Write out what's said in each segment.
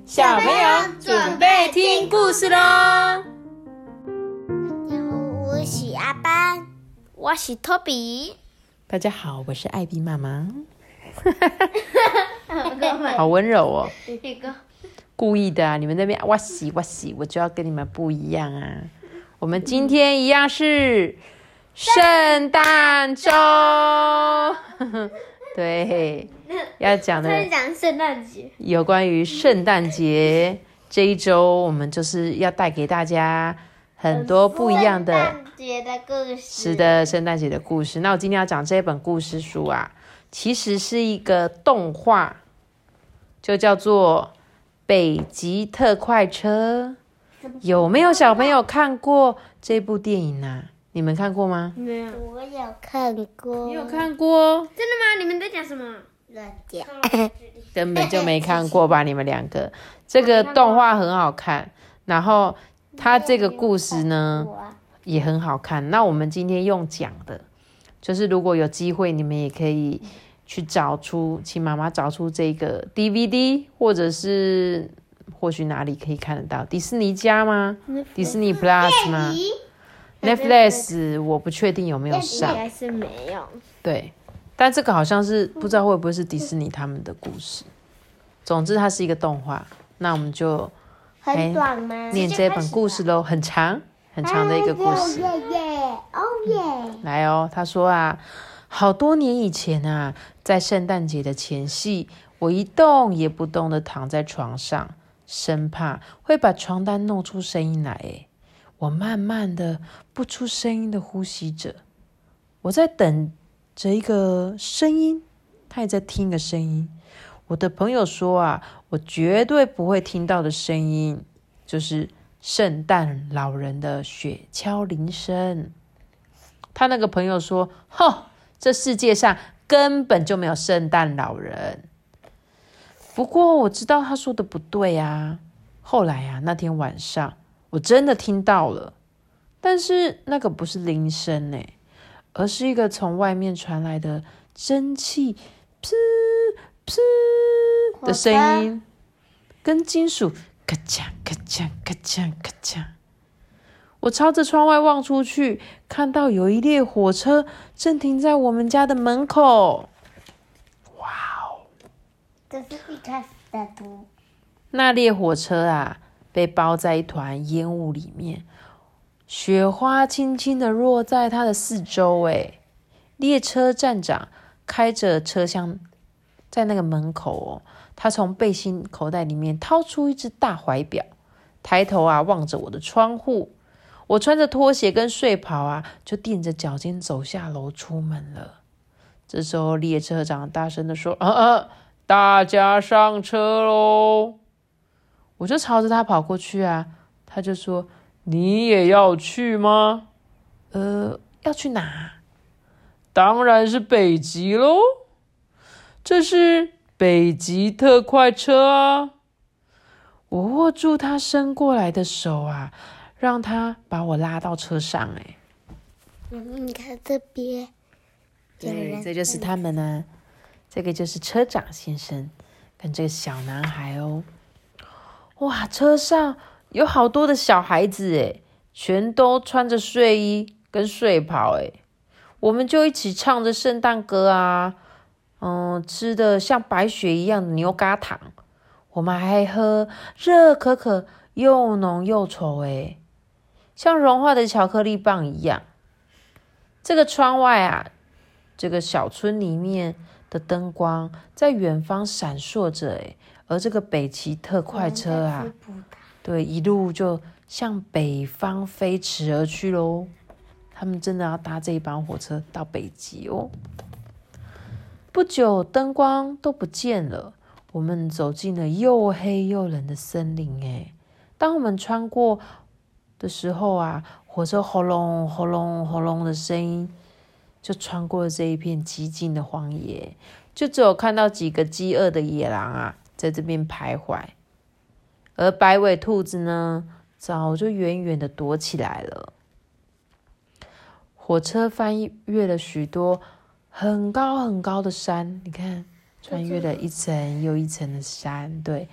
小朋友准备听故事咯。 我是阿班， 我是托比。 大家好，我是艾比妈妈。好温柔哦，故意的啊！你们那边哇西，我就要跟你们不一样啊。我们今天一样是圣诞周，对，要讲的讲圣诞节， 有关于圣诞节这一周，我们就是要带给大家很多不一样的圣诞节的故事。 是的，圣诞节的故事。那我今天要讲这本故事书啊，其实是一个动画，就叫做《北极特快车》。有没有小朋友看过这部电影啊？你们看过吗？ 没有， 我有看过。 你有看过？ 真的吗？你们在讲什么？ 乱讲。 根本就没看过吧？你们两个，这个动画很好看，然后它这个故事呢也很好看。那我们今天用讲的，就是如果有机会，你们也可以去找出，请妈妈找出这个 DVD， 或者是或许哪里可以看得到？迪士尼家吗？迪士尼 Plus 吗？Netflix 我不确定有没有上， 应该是没有。 对，但这个好像是不知道会不会是迪士尼他们的故事。总之它是一个动画，那我们就很短吗？ 念这本故事咯，很长很长的一个故事。 耶耶，哦耶！ 来哦，他说啊，好多年以前啊，在圣诞节的前夕，我一动也不动的躺在床上，生怕会把床单弄出声音来。我慢慢的不出声音的呼吸着，我在等着一个声音，他也在听个声音。我的朋友说啊，我绝对不会听到的声音，就是圣诞老人的雪橇铃声。他那个朋友说，这世界上根本就没有圣诞老人。不过我知道他说的不对啊。后来啊，那天晚上我真的听到了，但是那个不是铃声耶，而是一个从外面传来的蒸汽噗噗的声音，跟金属咔嚓咔嚓咔嚓咔嚓。我朝着窗外望出去，看到有一列火车正停在我们家的门口。哇哦！ 这是一开始的图。 那列火车啊，被包在一团烟雾里面，雪花轻轻地落在它的四周。列车站长开着车厢，在那个门口他从背心口袋里面掏出一只大怀表，抬头啊望着我的窗户。我穿着拖鞋跟睡袍啊，就踮着脚尖走下楼出门了。这时候列车长大声地说：“大家上车咯！”我就朝着他跑过去啊，他就说：“你也要去吗？”要去哪？当然是北极咯，这是北极特快车啊！我握住他伸过来的手啊，让他把我拉到车上。 你看这边， 对，这就是他们呢。这个就是车长先生跟这个小男孩哦。哇，车上有好多的小孩子全都穿着睡衣跟睡袍我们就一起唱着圣诞歌啊，吃的像白雪一样的牛轧糖，我们还喝热可可，又浓又稠像融化的巧克力棒一样。这个窗外啊，这个小村里面的灯光在远方闪烁着而这个北极特快车啊，对，一路就向北方飞驰而去咯。他们真的要搭这一班火车到北极哦。不久，灯光都不见了，我们走进了又黑又冷的森林当我们穿过的时候啊，火车轰隆轰隆轰隆的声音就穿过了这一片寂静的荒野，就只有看到几个饥饿的野狼啊，在这边徘徊。而白尾兔子呢，早就远远的躲起来了。火车翻越了许多很高很高的山，你看，穿越了一层又一层的山。对，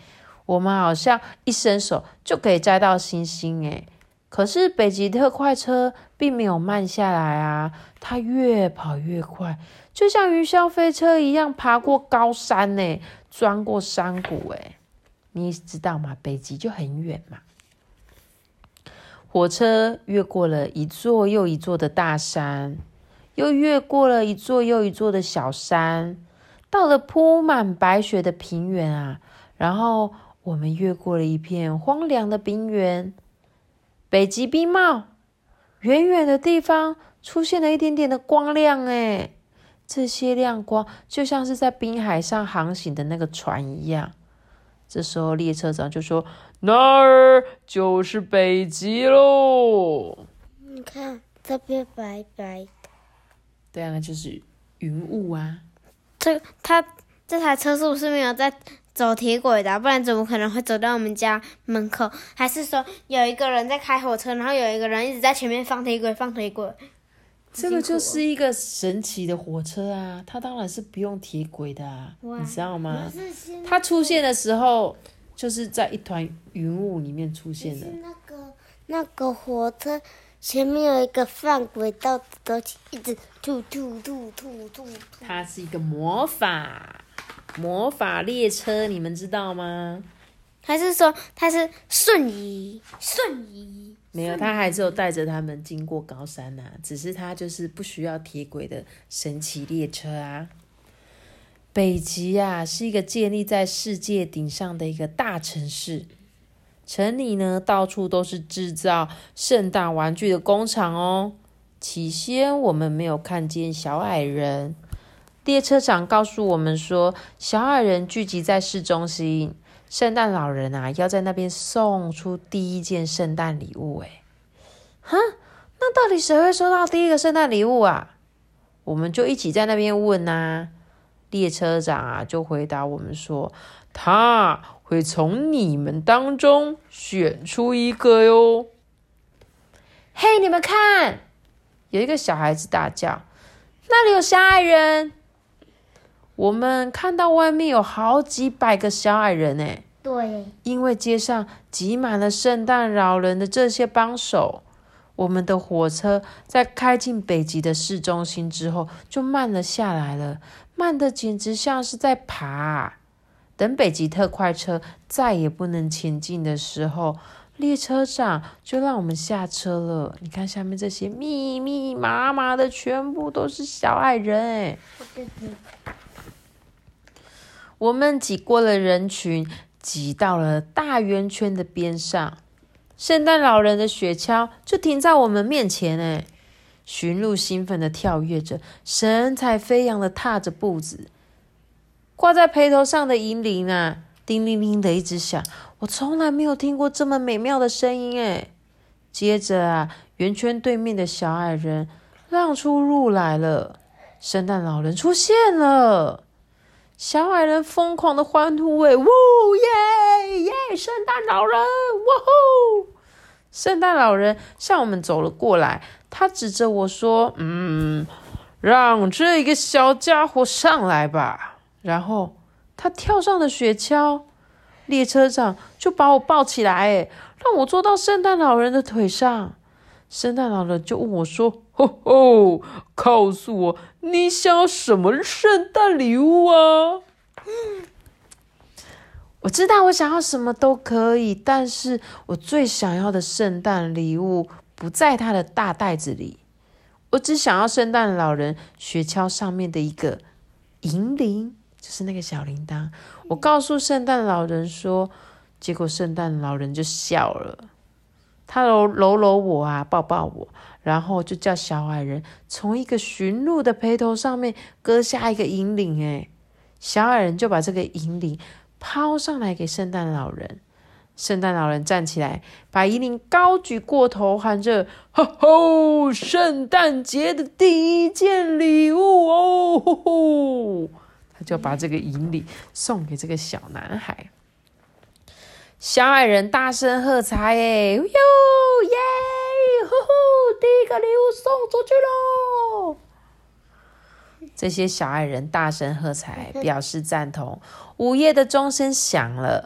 我们好像一伸手就可以摘到星星诶。可是北极特快车并没有慢下来啊，它越跑越快，就像云霄飞车一样爬过高山呢，钻过山谷诶。你知道吗？北极就很远嘛。火车越过了一座又一座的大山，又越过了一座又一座的小山，到了铺满白雪的平原啊，然后我们越过了一片荒凉的冰原。北极冰帽，远远的地方出现了一点点的光亮诶，这些亮光就像是在冰海上航行的那个船一样。这时候列车长就说：“那儿就是北极喽！” 你看这边白白的。 对啊，那就是云雾啊。 这台车是不是没有在走铁轨的啊？不然怎么可能会走到我们家门口？还是说有一个人在开火车，然后有一个人一直在前面放铁轨？ 这个就是一个神奇的火车啊，它当然是不用铁轨的啊，你知道吗？它出现的时候就是在一团云雾里面出现的。 那个火车前面有一个放轨道的东西，一直吐。 它是一个魔法列车，你们知道吗？ 还是说它是瞬移？ 没有，它还是有带着他们经过高山啊，只是它就是不需要铁轨的神奇列车啊。北极啊，是一个建立在世界顶上的一个大城市，城里呢到处都是制造圣诞玩具的工厂哦。起先我们没有看见小矮人，列车长告诉我们说，小矮人聚集在市中心。圣诞老人啊，要在那边送出第一件圣诞礼物诶。哈，那到底谁会收到第一个圣诞礼物啊？我们就一起在那边问啊。列车长啊，就回答我们说，他会从你们当中选出一个哟。嘿，你们看，有一个小孩子大叫，那里有小矮人。我们看到外面有好几百个小矮人诶。 对， 因为街上挤满了圣诞老人的这些帮手，我们的火车在开进北极的市中心之后就慢了下来了，慢得简直像是在爬。等北极特快车再也不能前进的时候，列车长就让我们下车了。你看下面这些密密麻麻的，全部都是小矮人诶。我们挤过了人群，挤到了大圆圈的边上，圣诞老人的雪橇就停在我们面前诶。驯鹿兴奋地跳跃着，神采飞扬地踏着步子，挂在辔头上的银铃啊，叮铃铃的一直响，我从来没有听过这么美妙的声音诶。接着啊，圆圈对面的小矮人让出路来了，圣诞老人出现了。小矮人疯狂的欢呼诶，哇耶耶！圣诞老人，哇吼！圣诞老人向我们走了过来，他指着我说：“让这个小家伙上来吧。”然后他跳上了雪橇，列车长就把我抱起来，诶，让我坐到圣诞老人的腿上。圣诞老人就问我说：“吼吼，告诉我你想要什么圣诞礼物啊？”我知道我想要什么都可以，但是我最想要的圣诞礼物不在他的大袋子里。我只想要圣诞老人雪橇上面的一个银铃，就是那个小铃铛。我告诉圣诞老人说，结果圣诞老人就笑了。他搂我啊，抱抱我，然后就叫小矮人从一个驯鹿的辔头上面割下一个银铃，诶，小矮人就把这个银铃抛上来给圣诞老人。圣诞老人站起来，把银铃高举过头，喊着：“吼吼！圣诞节的第一件礼物哦！”吼吼，他就把这个银铃送给这个小男孩。小矮人大声喝彩，耶！哟耶！呼呼，第一个礼物送出去喽！这些小矮人大声喝彩，表示赞同。午夜的钟声响了，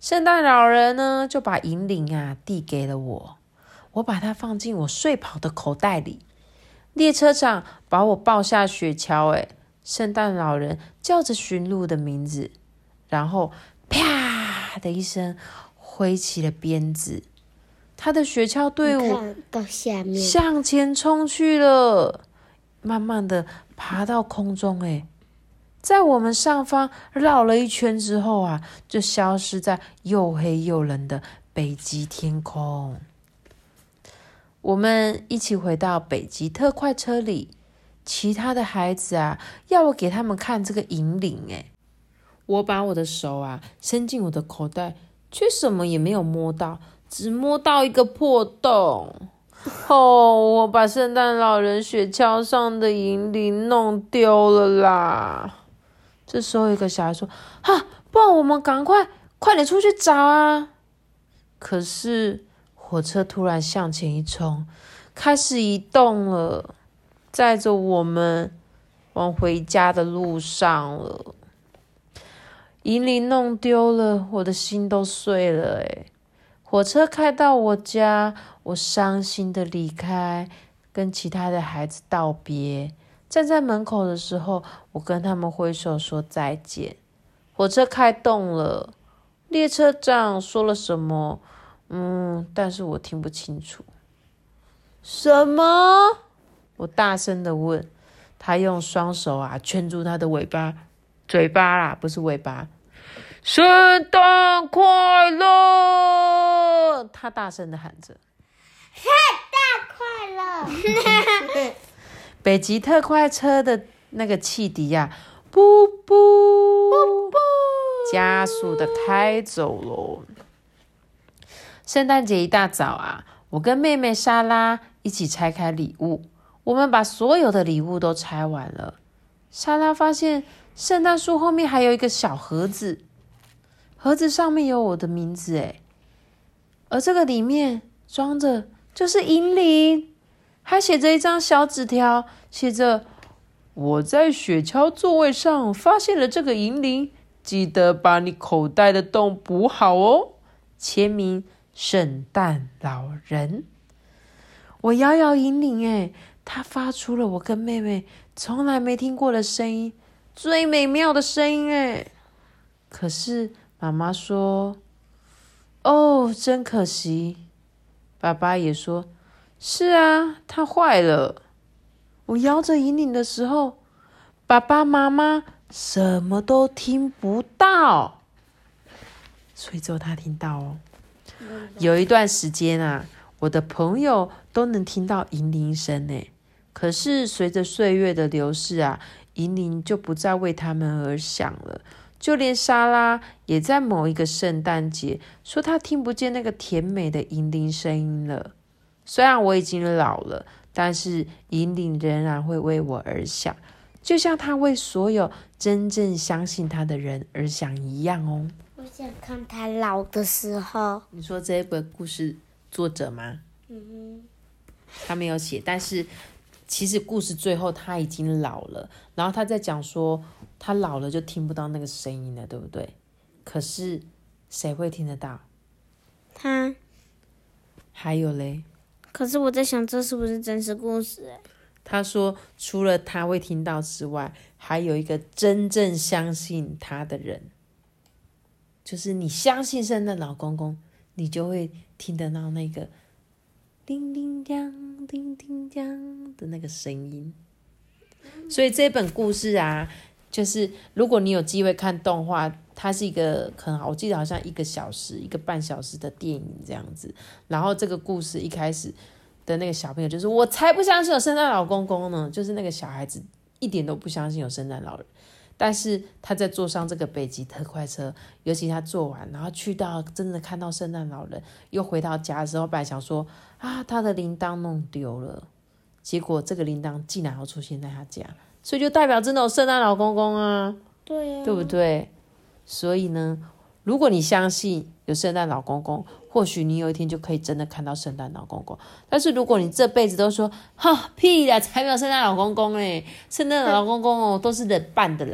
圣诞老人呢，就把银铃啊递给了我，我把它放进我睡袍的口袋里。列车长把我抱下雪橇，圣诞老人叫着驯鹿的名字，然后啪的一声挥起了鞭子，他的雪橇队伍到下面向前冲去了，慢慢的爬到空中，在我们上方绕了一圈之后啊，就消失在又黑又冷的北极天空。我们一起回到北极特快车里，其他的孩子啊，要我给他们看这个银铃，我把我的手啊伸进我的口袋，却什么也没有摸到，只摸到一个破洞。我把圣诞老人雪橇上的银铃弄丢了啦。这时候有个小孩说：不然我们赶快点出去找啊。可是火车突然向前一冲，开始移动了，载着我们往回家的路上了。银铃弄丢了，我的心都碎了。火车开到我家，我伤心的离开，跟其他的孩子道别。站在门口的时候，我跟他们挥手说再见。火车开动了，列车长说了什么？但是我听不清楚。什么？我大声的问。他用双手啊圈住他的嘴巴啦，不是尾巴。圣诞快乐！他大声的喊着。 圣诞快乐！ 北极特快车的那个汽笛啊，噗噗噗噗，加速的开走咯。圣诞节一大早啊，我跟妹妹莎拉一起拆开礼物。我们把所有的礼物都拆完了。莎拉发现圣诞树后面还有一个小盒子，盒子上面有我的名字，而这个里面装着就是银铃。还写着一张小纸条，写着：我在雪橇座位上发现了这个银铃，记得把你口袋的洞补好哦。签名：圣诞老人。我摇摇银铃，它发出了我跟妹妹从来没听过的声音，最美妙的声音。可是妈妈说：真可惜。爸爸也说：是啊，它坏了。我摇着银铃的时候，爸爸妈妈什么都听不到，所以只有他听到哦。有一段时间啊，我的朋友都能听到银铃声，可是随着岁月的流逝啊，银铃就不再为他们而响了。就连莎拉也在某一个圣诞节说她听不见那个甜美的银铃声音了。虽然我已经老了，但是银铃仍然会为我而响，就像他为所有真正相信他的人而响一样哦。 我想看他老的时候。 你说这一本故事作者吗？他没有写，但是其实故事最后他已经老了，然后他在讲说他老了就听不到那个声音了，对不对？可是谁会听得到？ 他。 还有嘞？ 可是我在想，这是不是真实故事？ 他说，除了他会听到之外，还有一个真正相信他的人，就是你相信圣诞老公公，你就会听得到那个叮叮当、叮叮当的那个声音。所以这本故事啊，就是如果你有机会看动画，它是一个可能我记得好像1个小时、1个半小时的电影这样子。然后这个故事一开始的那个小朋友就是我才不相信有圣诞老公公呢，就是那个小孩子一点都不相信有圣诞老人。但是他在坐上这个北极特快车，尤其他坐完，然后去到真的看到圣诞老人，又回到家的时候，本来想说他的铃铛弄丢了，结果这个铃铛竟然要出现在他家，所以就代表真的有圣诞老公公啊， 对啊， 对不对？所以呢，如果你相信有圣诞老公公，或许你有一天就可以真的看到圣诞老公公。但是如果你这辈子都说屁啦，才没有圣诞老公公嘞，圣诞老公公都是人扮的啦，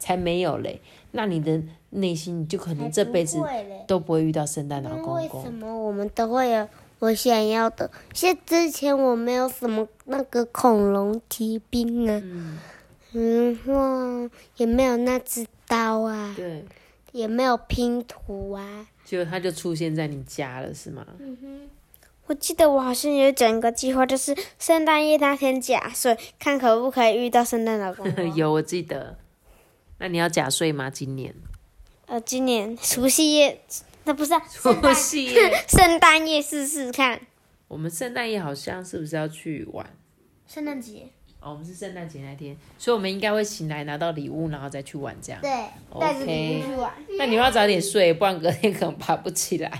才没有嘞。那你的内心你就可能这辈子都不会遇到圣诞老公为什公。 么我们都会有我想要的？之前我没有什么那个恐龙骑兵啊，也没有那只刀啊， 对， 也没有拼图啊， 结果他就出现在你家了，是吗？ 我记得我好像有整个计划，就是圣诞夜那天假睡，看可不可以遇到圣诞老公公。 有，我记得。那你要假睡吗？今年？ 今年除夕夜，那不是除夕夜， 圣诞夜试试看。 我们圣诞夜好像是不是要去玩？ 圣诞节。 我们是圣诞节那天，所以我们应该会醒来拿到礼物，然后再去玩这样。 对， 带着礼物去玩。 那你要早点睡，不然隔天可能爬不起来。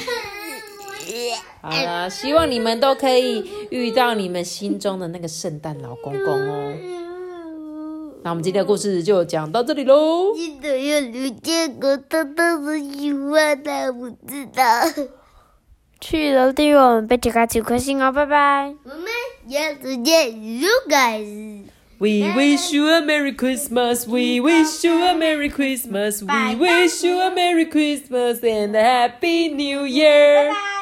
好啦，希望你们都可以遇到你们心中的那个圣诞老公公哦。那我们今天的故事就讲到这里喽。 记得要留结果，他都是喜欢的，我知道。 去了订阅我们贝吉卡9颗星哦，拜拜。 我们下次见，you guys。 We wish you a Merry Christmas. We wish you a Merry Christmas. We wish you a Merry Christmas and a Happy New Year. Bye.